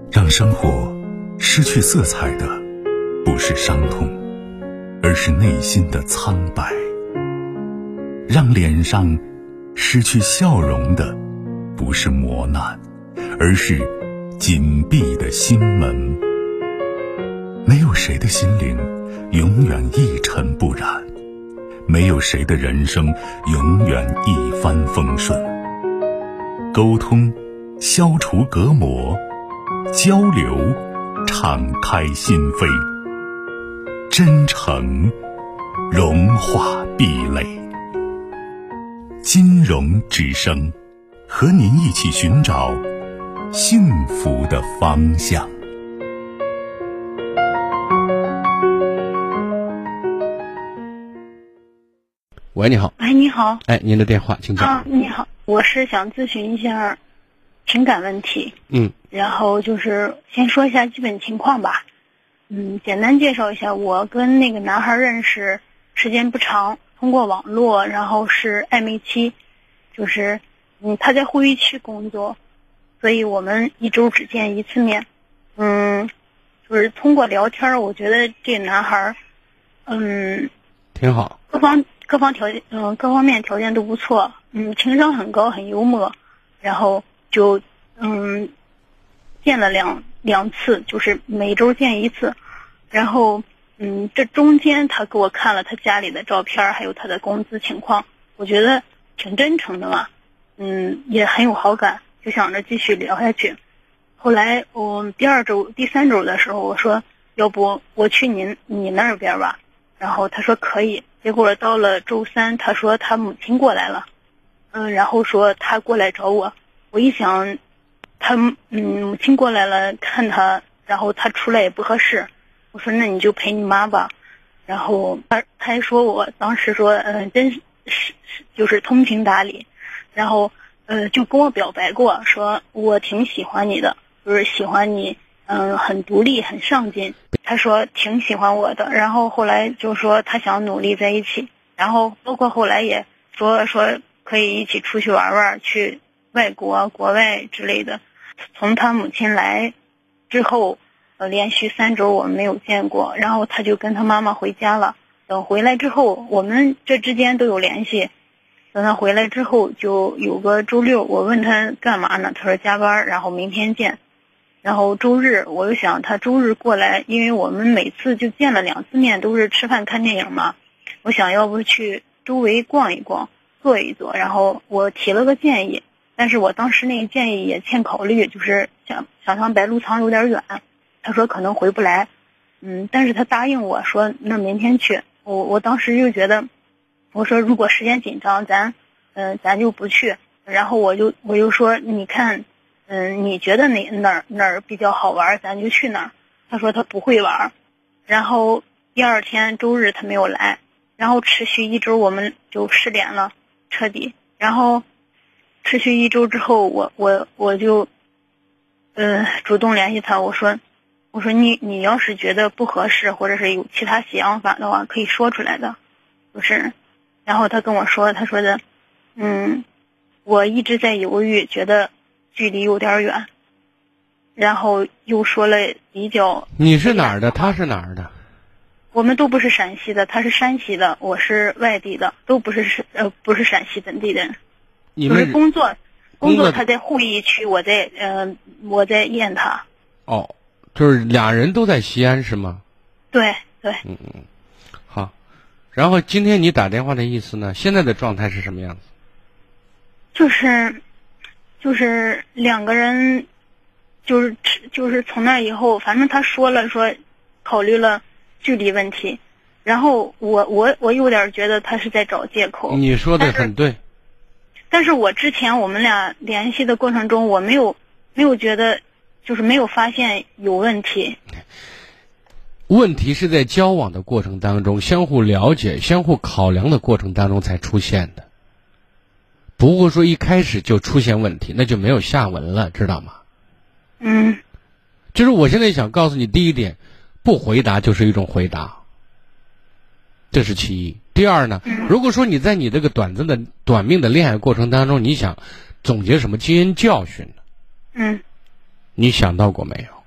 让生活失去色彩的不是伤痛，而是内心的苍白。让脸上失去笑容的不是磨难，而是紧闭的心门。没有谁的心灵永远一尘不染，没有谁的人生永远一帆风顺。沟通消除隔膜，交流敞开心扉，真诚融化壁垒。金融之声，和您一起寻找幸福的方向。 喂，你好。 喂，你好。 哎，您的电话，请讲。 你好，我是想咨询一下情感问题。然后就是先说一下基本情况吧。简单介绍一下，我跟那个男孩认识时间不长，通过网络，然后是暧昧期，就是他在会议区工作，所以我们一周只见一次面。就是通过聊天，我觉得这个男孩挺好， 各方面条件都不错，情商很高，很幽默，然后就见了两次，就是每周见一次。然后这中间他给我看了他家里的照片，还有他的工资情况，我觉得挺真诚的嘛，也很有好感，就想着继续聊下去。后来我第三周的时候，我说要不我去你那边吧，然后他说可以。结果到了周三，他说他母亲过来了，然后说他过来找我。我一想，他母亲过来了看他，然后他出来也不合适，我说那你就陪你妈吧。然后他还说我当时说真是就是通情达理，然后就跟我表白过，说我挺喜欢你的，就是喜欢你很独立很上进，他说挺喜欢我的。然后后来就说他想努力在一起，然后包括后来也说可以一起出去玩玩，去外国国外之类的。从他母亲来之后连续3周我们没有见过，然后他就跟他妈妈回家了。等回来之后，我们这之间都有联系。等他回来之后，就有个周六，我问他干嘛呢，他说加班，然后明天见。然后周日我又想他周日过来，因为我们每次就见了2次面，都是吃饭看电影嘛，我想要不去周围逛一逛，坐一坐。然后我提了个建议，但是我当时那个建议也欠考虑，就是想上白鹿仓有点远，他说可能回不来，但是他答应我说那明天去。我当时就觉得，我说如果时间紧张，咱就不去。然后我就说你看，你觉得哪儿比较好玩，咱就去哪儿。他说他不会玩。然后第二天周日他没有来，然后持续1周我们就失联了，彻底。然后持续1周之后，我就主动联系他，我说你要是觉得不合适，或者是有其他想法的话，可以说出来的，就是。然后他跟我说，他说的我一直在犹豫，觉得距离有点远，然后又说了比较。 你是哪儿的？他是哪儿的？ 我们都不是陕西的，他是山西的，我是外地的，都不是陕西本地人。 你们就是工作他在会议区，我在雁塔。 哦，就是俩人都在西安是吗？ 对。 好。然后今天你打电话的意思呢？现在的状态是什么样子？ 就是两个人，就是从那以后，反正他说考虑了距离问题，然后我有点觉得他是在找借口。 你说的很对。 但是我之前我们俩联系的过程中，我没有觉得，就是没有发现有问题。 问题是在交往的过程当中，相互了解、相互考量的过程当中才出现的，不会说一开始就出现问题，那就没有下文了，知道吗？就是我现在想告诉你，第一点，不回答就是一种回答，这是其一。第二呢，如果说你在你这个短命的恋爱过程当中，你想总结什么经验教训呢？你想到过没有？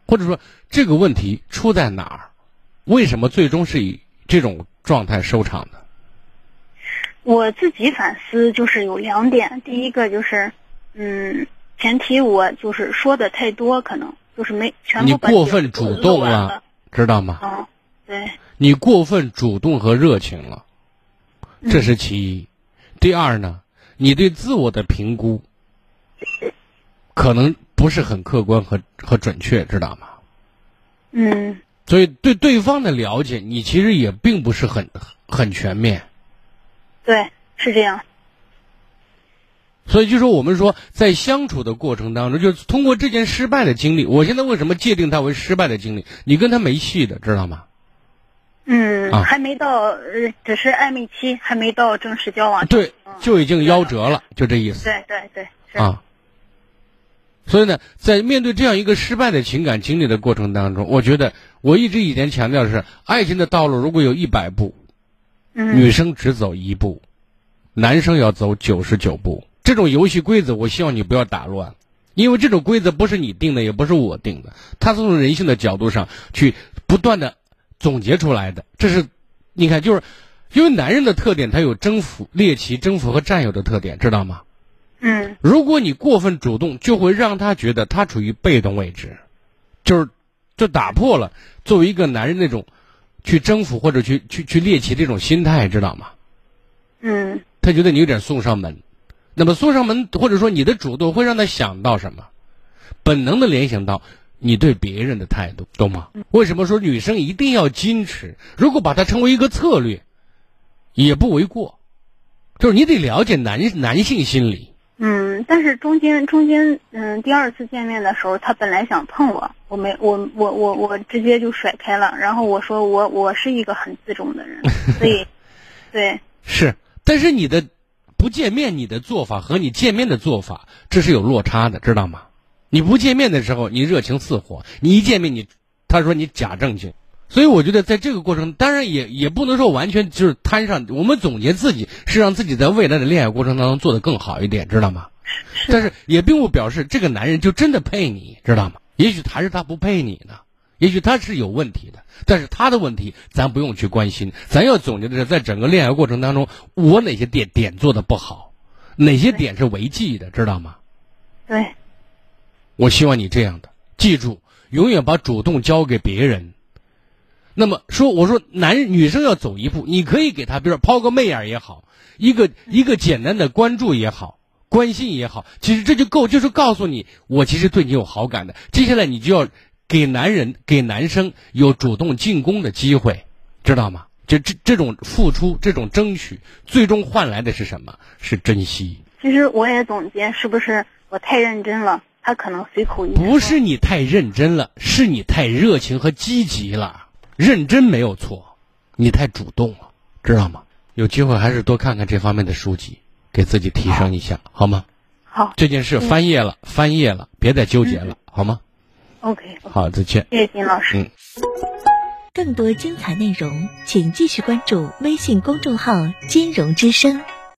或者说这个问题出在哪儿？为什么最终是以这种状态收场的？ 我自己反思就是有2点，第一个就是前提我就是说的太多，可能就是没全部你过分主动了，知道吗？ 对， 你过分主动和热情了，这是其一。第二呢，你对自我的评估可能不是很客观和准确，知道吗？所以对对方的了解，你其实也并不是很全面。 对，是这样。 所以就说我们说，在相处的过程当中，就是通过这件失败的经历，我现在为什么界定它为失败的经历？你跟他没戏的，知道吗？ 还没到，只是暧昧期，还没到正式交往。 对，就已经夭折了，就这意思。 对， 是。所以呢，在面对这样一个失败的情感经历的过程当中，我觉得我一直以前强调的是，爱情的道路如果有100步，女生只走1步，男生要走99步。这种游戏规则，我希望你不要打乱，因为这种规则不是你定的，也不是我定的，它是从人性的角度上去不断的总结出来的。这是你看，就是因为男人的特点，他有征服、猎奇、征服和占有的特点，知道吗？如果你过分主动，就会让他觉得他处于被动位置，就打破了作为一个男人那种去征服或者去猎奇这种心态，知道吗？他觉得你有点送上门。那么送上门，或者说你的主动会让他想到什么？本能的联想到你对别人的态度，懂吗？为什么说女生一定要矜持？如果把它称为一个策略，也不为过。就是你得了解男性心理。 但是中间第2次见面的时候，他本来想碰我，我直接就甩开了，然后我说我是一个很自重的人，所以对是，但是你的不见面，你的做法和你见面的做法，这是有落差的，知道吗？你不见面的时候，你热情似火；你一见面，他说你假正经。所以我觉得在这个过程，当然也不能说完全就是摊上。我们总结自己是让自己在未来的恋爱过程当中做得更好一点，知道吗？但是也并不表示这个男人就真的配你，知道吗？也许还是他不配你呢，也许他是有问题的，但是他的问题咱不用去关心，咱要总结的是在整个恋爱过程当中，我哪些点做得不好，哪些点是违纪的，知道吗？ 对。 我希望你这样的，记住，永远把主动交给别人。那么我说女生要走1步，你可以给她，比如说抛个媚眼也好，一个简单的关注也好，关心也好，其实这就够，就是告诉你我其实对你有好感的。接下来你就要给男生有主动进攻的机会，知道吗？这种付出，这种争取，最终换来的是什么？是珍惜。 其实我也总结，是不是我太认真了，他可能随口一说。 不是你太认真了，是你太热情和积极了。认真没有错，你太主动了，知道吗？有机会还是多看看这方面的书籍，给自己提升一下，好吗？ 好， 这件事翻页了，别再纠结了，好吗 ？OK， 好，再见。 谢谢金老师。 更多精彩内容，请继续关注微信公众号“金融之声”。